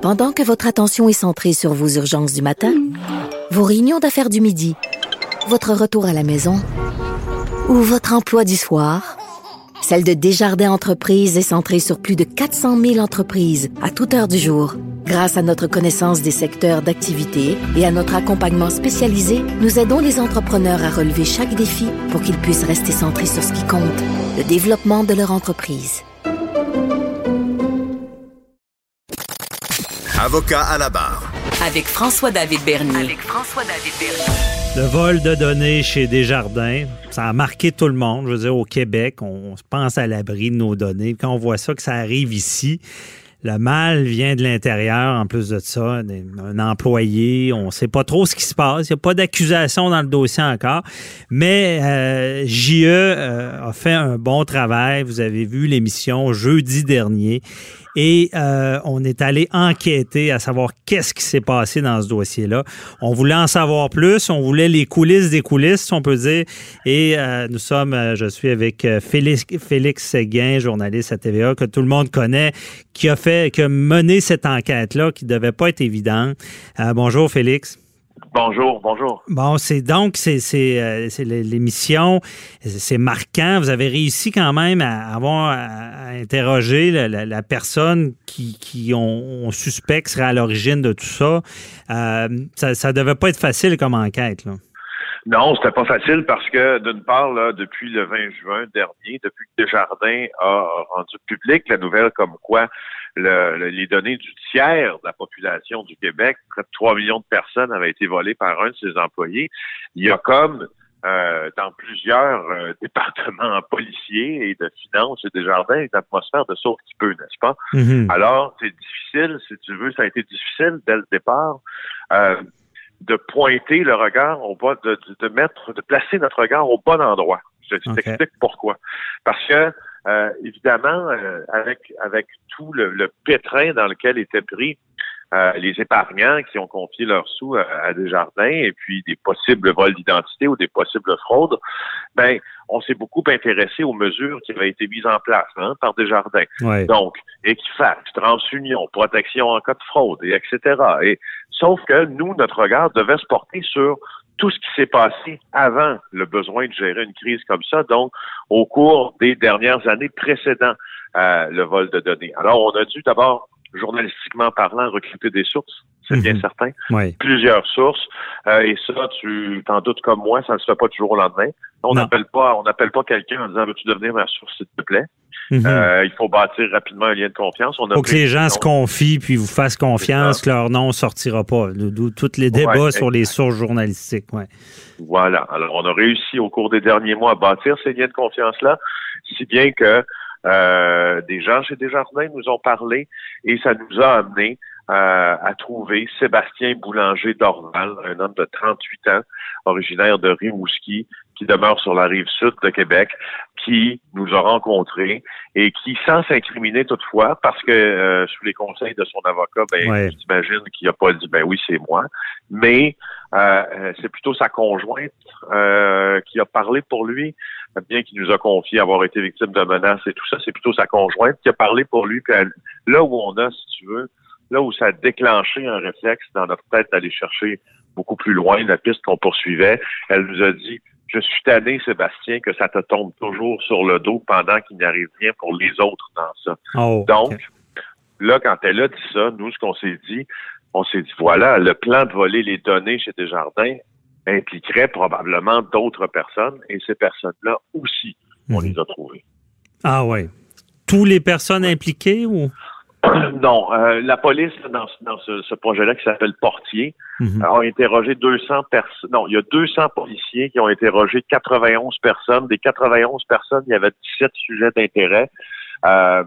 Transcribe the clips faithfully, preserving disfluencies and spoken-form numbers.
Pendant que votre attention est centrée sur vos urgences du matin, vos réunions d'affaires du midi, votre retour à la maison ou votre emploi du soir, celle de Desjardins Entreprises est centrée sur plus de quatre cent mille entreprises à toute heure du jour. Grâce à notre connaissance des secteurs d'activité et à notre accompagnement spécialisé, nous aidons les entrepreneurs à relever chaque défi pour qu'ils puissent rester centrés sur ce qui compte, le développement de leur entreprise. Avocat à la barre. Avec François-David Bernier. Avec François-David Bernier. Le vol de données chez Desjardins, ça a marqué tout le monde. Je veux dire, au Québec, on se pense à l'abri de nos données. Quand on voit ça, que ça arrive ici, le mal vient de l'intérieur, en plus de ça. Un employé, on ne sait pas trop ce qui se passe. Il n'y a pas d'accusation dans le dossier encore. Mais euh, J E euh, a fait un bon travail. Vous avez vu l'émission jeudi dernier. Et euh, on est allé enquêter à savoir qu'est-ce qui s'est passé dans ce dossier-là. On voulait en savoir plus, on voulait les coulisses des coulisses, si on peut dire. Et euh, nous sommes, euh, je suis avec Félix, Félix Séguin, journaliste à T V A, que tout le monde connaît, qui a fait, qui a mené cette enquête-là, qui devait pas être évidente. Euh, bonjour Félix. Bonjour, bonjour. Bon, c'est donc, c'est, c'est, euh, c'est l'émission, c'est marquant. Vous avez réussi quand même à avoir à, à interroger la, la, la personne qui, qui on, on suspecte serait à l'origine de tout ça. Euh, ça. Ça devait pas être facile comme enquête, là. Non, c'était pas facile parce que, d'une part, là, depuis le vingt juin dernier, depuis que Desjardins a rendu public la nouvelle comme quoi le, le, les données du tiers de la population du Québec, près de trois millions de personnes, avaient été volées par un de ses employés, il y a comme euh, dans plusieurs euh, départements policiers et de finances chez Desjardins une atmosphère de sauve qui peut, n'est-ce pas? Mm-hmm. Alors, c'est difficile, si tu veux, ça a été difficile dès le départ. Euh, de pointer le regard au bas, de, de mettre, de placer notre regard au bon endroit. Je t'explique okay. pourquoi. Parce que, euh, évidemment, euh, avec avec tout le, le pétrin dans lequel étaient pris euh, les épargnants qui ont confié leurs sous à, à Desjardins et puis des possibles vols d'identité ou des possibles fraudes, ben, on s'est beaucoup intéressé aux mesures qui avaient été mises en place hein, par Desjardins. Ouais. Donc, Equifax, TransUnion, protection en cas de fraude, et etc. Et sauf que nous, notre regard devait se porter sur tout ce qui s'est passé avant le besoin de gérer une crise comme ça, donc au cours des dernières années précédant euh, le vol de données. Alors, on a dû d'abord, journalistiquement parlant, recruter des sources, c'est mm-hmm. bien certain, oui. Plusieurs sources, euh, et ça, tu t'en doutes comme moi, ça ne se fait pas du jour au lendemain. On n'appelle pas, on n'appelle pas quelqu'un en disant « Veux-tu devenir ma source, s'il te plaît? Mm-hmm. » euh, Il faut bâtir rapidement un lien de confiance. Il faut que les gens se confient puis vous fassent confiance que leur nom ne sortira pas. D'où tous les débats ouais, sur les sources journalistiques. Ouais. Voilà. Alors, on a réussi au cours des derniers mois à bâtir ces liens de confiance-là, si bien que euh, des gens chez Desjardins nous ont parlé et ça nous a amené Euh, à trouver Sébastien Boulanger d'Orval, un homme de trente-huit ans, originaire de Rimouski, qui demeure sur la rive sud de Québec, qui nous a rencontrés et qui, sans s'incriminer toutefois, parce que euh, sous les conseils de son avocat, ben, ouais. j'imagine qu'il n'a pas dit, ben oui, c'est moi, mais euh, c'est plutôt sa conjointe euh, qui a parlé pour lui, bien qu'il nous a confié avoir été victime de menaces et tout ça, c'est plutôt sa conjointe qui a parlé pour lui, puis elle, là où on a, si tu veux, là où ça a déclenché un réflexe dans notre tête d'aller chercher beaucoup plus loin la piste qu'on poursuivait, elle nous a dit « Je suis tanné, Sébastien, que ça te tombe toujours sur le dos pendant qu'il n'y arrive rien pour les autres dans ça. Oh, » Donc, okay. Là, quand elle a dit ça, nous, ce qu'on s'est dit, on s'est dit, voilà, le plan de voler les données chez Desjardins impliquerait probablement d'autres personnes, et ces personnes-là aussi, on mmh. les a trouvées. Ah ouais. Tous les personnes impliquées ou... Non, euh, la police, dans, dans ce, ce projet-là qui s'appelle Portier, mm-hmm. a interrogé deux cents personnes. Non, il y a deux cents policiers qui ont interrogé quatre-vingt-onze personnes. Des quatre-vingt-onze personnes, il y avait dix-sept sujets d'intérêt. Euh,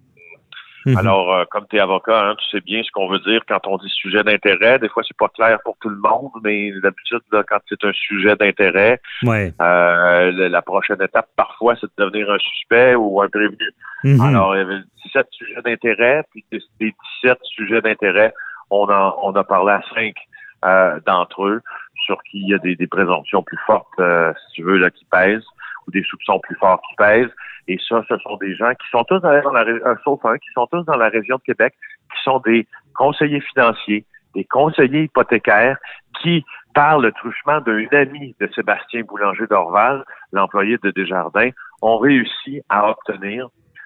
mm-hmm. Alors, euh, comme tu es avocat, hein, tu sais bien ce qu'on veut dire quand on dit sujet d'intérêt. Des fois, c'est pas clair pour tout le monde, mais d'habitude, là, quand c'est un sujet d'intérêt, ouais. euh, la, la prochaine étape, parfois, c'est de devenir un suspect ou un prévenu. Mm-hmm. Alors, il y avait dix-sept sujets d'intérêt, puis des dix-sept sujets d'intérêt, on a, on a parlé à cinq euh, d'entre eux, sur qui il y a des, des présomptions plus fortes, euh, si tu veux, là, qui pèsent, ou des soupçons plus forts qui pèsent. Et ça, ce sont des gens qui sont tous dans la, euh, sauf un, qui sont tous dans la région de Québec, qui qui sont des conseillers financiers, des conseillers hypothécaires qui, par le truchement d'un ami de Sébastien Boulanger Dorval, l'employé de Desjardins, ont réussi à obtenir,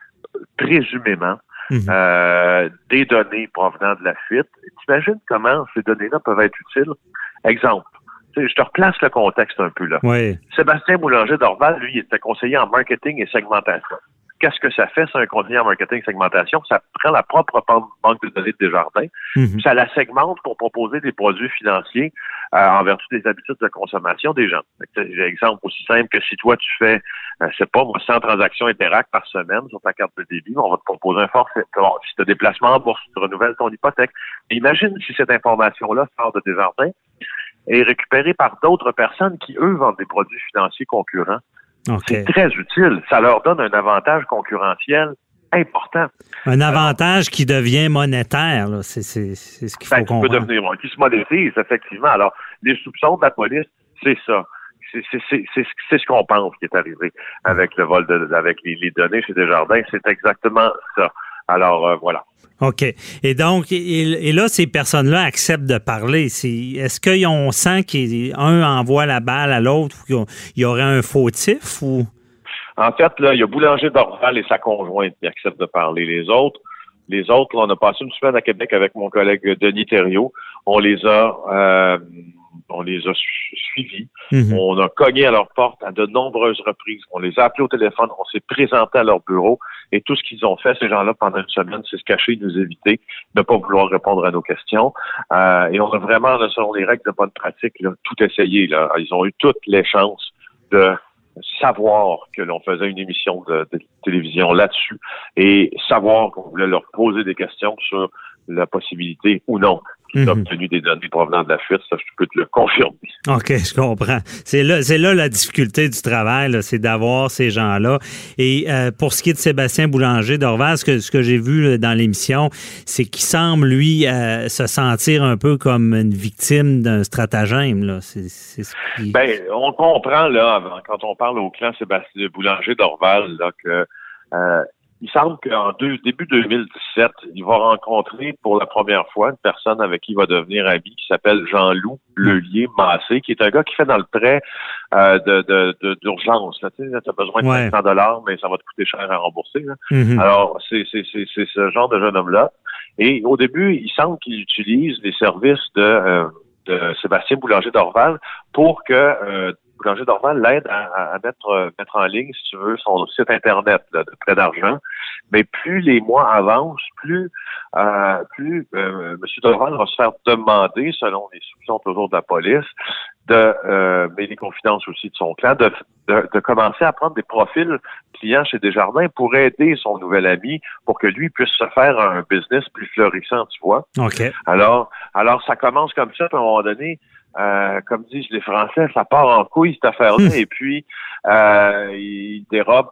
présumément, mmh. euh, des données provenant de la fuite. T'imagines comment ces données-là peuvent être utiles? Exemple, je te replace le contexte un peu là. Oui. Sébastien Boulanger Dorval, lui, il était conseiller en marketing et segmentation. Qu'est-ce que ça fait, c'est un conseiller en marketing et segmentation? Ça prend la propre banque de données de Desjardins, mm-hmm. ça la segmente pour proposer des produits financiers euh, en vertu des habitudes de consommation des gens. J'ai un exemple aussi simple que si toi, tu fais, euh, je sais pas, moi, cent transactions Interac par semaine sur ta carte de débit, on va te proposer un forfait. Bon, si tu as des placements en bourse, tu renouvelles ton hypothèque. Mais imagine si cette information-là sort de Desjardins et est récupérée par d'autres personnes qui, eux, vendent des produits financiers concurrents. Okay. C'est très utile. Ça leur donne un avantage concurrentiel important. Un avantage euh, qui devient monétaire, là. C'est, c'est, c'est ce qu'il faut ben, comprendre. Qui peut devenir, qui se monétise, effectivement. Alors, les soupçons de la police, c'est ça. C'est, c'est, c'est, c'est, c'est ce qu'on pense qui est arrivé avec le vol de, avec les, les données chez Desjardins. C'est exactement ça. Alors, euh, voilà. OK. Et donc, et, et là, ces personnes-là acceptent de parler. C'est, est-ce qu'on sent qu'un envoie la balle à l'autre ou qu'il y aurait un fautif ou? En fait, là, il y a Boulanger Dorval et sa conjointe qui acceptent de parler. Les autres, les autres, là, on a passé une semaine à Québec avec mon collègue Denis Thériault. On les a, euh, on les a su- suivis. Mm-hmm. On a cogné à leur porte à de nombreuses reprises. On les a appelés au téléphone. On s'est présenté à leur bureau. Et tout ce qu'ils ont fait, ces gens-là, pendant une semaine, c'est se cacher, nous éviter, ne pas vouloir répondre à nos questions. Euh, et on a vraiment, là, selon les règles de bonne pratique, là, tout essayé. Là. Ils ont eu toutes les chances de savoir que l'on faisait une émission de, de télévision là-dessus et savoir qu'on voulait leur poser des questions sur la possibilité ou non qu'ils mm-hmm. ont obtenu des données provenant de la fuite. Ça, je peux te le confirmer. OK, je comprends. C'est là, c'est là la difficulté du travail, là, c'est d'avoir ces gens-là. Et euh, pour ce qui est de Sébastien Boulanger Dorval, ce que, ce que j'ai vu là, dans l'émission, c'est qu'il semble, lui, euh, se sentir un peu comme une victime d'un stratagème. Là. C'est, c'est ce qui... Ben, on comprend, là, quand on parle au clan Sébastien Boulanger Dorval, là, que euh, il semble qu'en deux, début deux mille dix-sept, il va rencontrer pour la première fois une personne avec qui il va devenir ami, qui s'appelle Jean-Loup Lelier Massé, qui est un gars qui fait dans le prêt euh, de, de, de, d'urgence. Tu sais, tu as besoin de ouais. cinq cents dollars, mais ça va te coûter cher à rembourser. Là. Mm-hmm. Alors, c'est, c'est, c'est, c'est ce genre de jeune homme-là. Et au début, il semble qu'il utilise les services de, euh, de Sébastien Boulanger Dorval pour que euh, Boulanger Dorval l'aide à, à mettre, euh, mettre en ligne, si tu veux, son site Internet là, de prêt d'argent. Mais plus les mois avancent, plus euh, plus euh, M. Dorval va se faire demander, selon les soupçons toujours de la police, de euh, mais les confidences aussi de son clan, de, de, de commencer à prendre des profils clients chez Desjardins pour aider son nouvel ami pour que lui puisse se faire un business plus florissant, tu vois. OK. Alors, alors ça commence comme ça, puis à un moment donné, Euh, comme disent les Français, ça part en couille cette affaire-là, mmh. et puis euh, il dérobe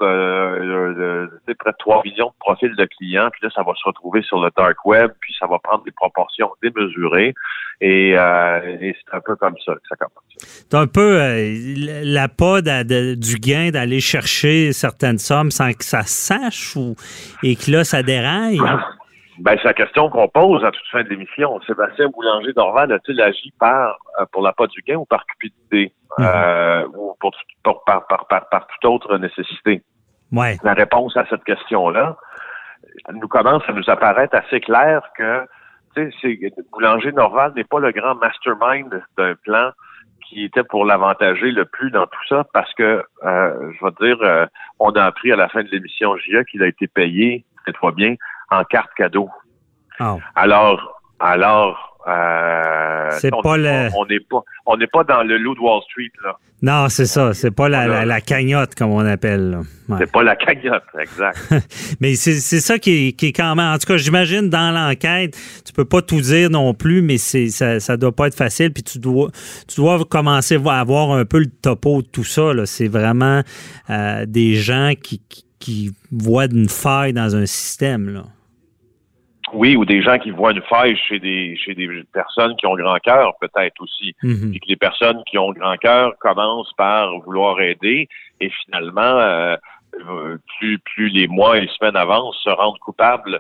euh, euh, près de trois millions de profils de clients, puis là, ça va se retrouver sur le dark web, puis ça va prendre des proportions démesurées, et, euh, et c'est un peu comme ça que ça commence. C'est un peu euh, la pas de, de, du gain d'aller chercher certaines sommes sans que ça sache, ou et que là, ça déraille. Ben, c'est la question qu'on pose à toute fin de l'émission. Sébastien Boulanger Dorval a-t-il agi par pour l'appât du gain ou par cupidité, mmh. euh, ou pour, pour par, par, par, par toute autre nécessité? Ouais. La réponse à cette question-là nous commence à nous apparaître assez clair que, tu sais, Boulanger Dorval n'est pas le grand mastermind d'un plan qui était pour l'avantager le plus dans tout ça, parce que, euh, je vais te dire, euh, on a appris à la fin de l'émission J A qu'il a été payé, cette fois bien, en carte cadeau. Oh. Alors, alors, euh, c'est on pas le... on n'est pas, on n'est pas dans le loup de Wall Street là. Non, c'est ça. C'est pas la, la, la cagnotte comme on appelle. Ouais. C'est pas la cagnotte, exact. Mais c'est, c'est ça qui est, qui est quand même. En tout cas, j'imagine dans l'enquête, tu peux pas tout dire non plus, mais c'est ça, ça doit pas être facile. Puis tu dois, tu dois commencer à avoir un peu le topo de tout ça. Là. C'est vraiment euh, des gens qui, qui qui voient une faille dans un système, là. Oui, ou des gens qui voient une faille chez des chez des personnes qui ont grand cœur, peut-être aussi. Mm-hmm. Et que les personnes qui ont grand cœur commencent par vouloir aider et finalement, euh, plus, plus les mois et les semaines avancent, se rendre coupables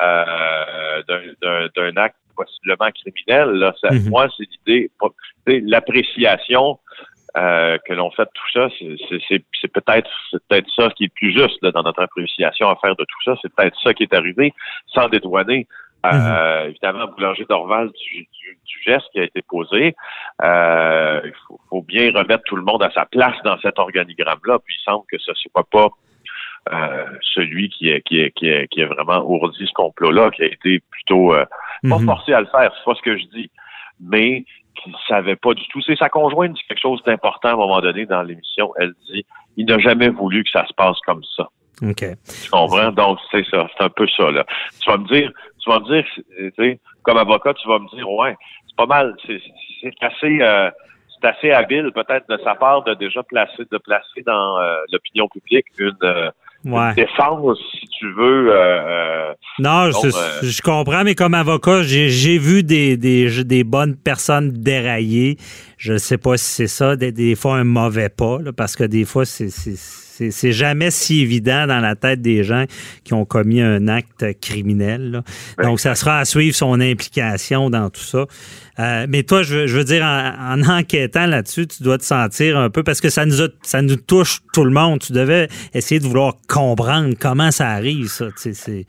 euh, d'un, d'un, d'un acte possiblement criminel. Là, ça, mm-hmm. Moi, c'est l'idée, l'appréciation euh, que l'on fait de tout ça, c'est, c'est, c'est, c'est peut-être c'est peut-être ça qui est plus juste là, dans notre appréciation à faire de tout ça. C'est peut-être ça qui est arrivé, sans dédouaner euh, mm-hmm. évidemment Boulanger Dorval du, du, du geste qui a été posé. Euh, il faut, faut bien remettre tout le monde à sa place dans cet organigramme-là. Puis il semble que ce ne soit pas Euh, celui qui est, qui est, qui est, qui est vraiment ourdi ce complot-là, qui a été plutôt euh, pas mm-hmm. forcé à le faire, c'est pas ce que je dis, mais qui ne savait pas du tout. C'est sa conjointe dit quelque chose d'important à un moment donné dans l'émission. Elle dit, il n'a jamais voulu que ça se passe comme ça. OK. Tu comprends? Donc, c'est ça. C'est un peu ça, là. Tu vas me dire, tu vas me dire, tu sais, comme avocat, tu vas me dire, ouais, c'est pas mal, c'est, c'est assez, euh, c'est assez habile, peut-être, de sa part, de déjà placer, de placer dans euh, l'opinion publique une, euh, Ouais. défense, si tu veux. Euh, non, donc, je, euh, je comprends, mais comme avocat, j'ai, j'ai vu des, des, des bonnes personnes dérailler. Je ne sais pas si c'est ça, des, des fois un mauvais pas, là, parce que des fois, c'est, c'est, c'est, c'est jamais si évident dans la tête des gens qui ont commis un acte criminel. Là. Ben, Donc, ça sera à suivre son implication dans tout ça. Euh, mais toi, je, je veux dire, en, en enquêtant là-dessus, tu dois te sentir un peu, parce que ça nous a, ça nous touche tout le monde. Tu devais essayer de vouloir comprendre comment ça arrive, ça. Tu sais, c'est...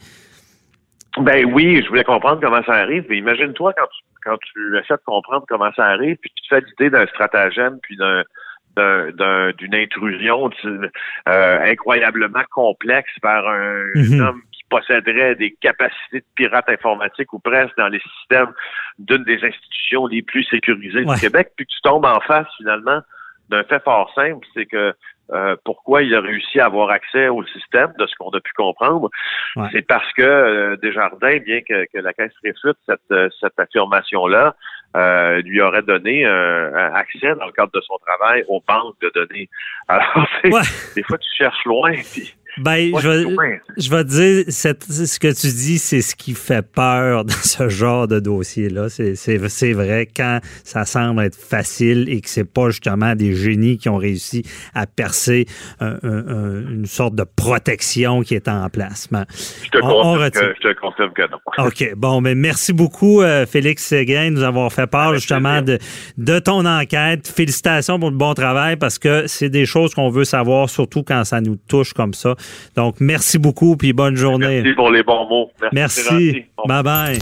Ben oui, je voulais comprendre comment ça arrive. Mais imagine-toi quand tu, quand tu essaies de comprendre comment ça arrive, puis tu te fais l'idée d'un stratagème, puis d'un, d'un, d'un d'une intrusion euh, incroyablement complexe par un, mm-hmm. un homme qui posséderait des capacités de pirate informatique ou presque dans les systèmes d'une des institutions les plus sécurisées ouais. du Québec, puis que tu tombes en face finalement d'un fait fort simple, c'est que Euh, pourquoi il a réussi à avoir accès au système, de ce qu'on a pu comprendre, ouais. c'est parce que euh, Desjardins, bien que, que la Caisse réfute cette, cette affirmation-là, euh, lui aurait donné euh, un accès dans le cadre de son travail aux banques de données. Alors, ouais. des fois, tu cherches loin, puis Ben, je vais, je vais te dire, cette, ce que tu dis, c'est ce qui fait peur dans ce genre de dossier-là. C'est, c'est, c'est vrai, quand ça semble être facile et que c'est pas justement des génies qui ont réussi à percer un, un, un, une sorte de protection qui est en place. Ben, je, te on, on que, je te confirme que non. OK. Bon, mais merci beaucoup, euh, Félix Séguin, de nous avoir fait part Avec justement de, de ton enquête. Félicitations pour le bon travail, parce que c'est des choses qu'on veut savoir, surtout quand ça nous touche comme ça. Donc, merci beaucoup, puis bonne journée. Merci pour les bons mots. Merci. Merci. Bye-bye.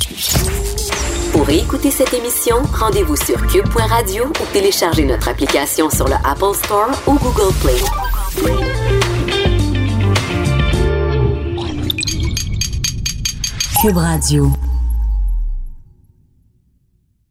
Pour écouter cette émission, rendez-vous sur cube point radio ou téléchargez notre application sur le Apple Store ou Google Play. Cube Radio.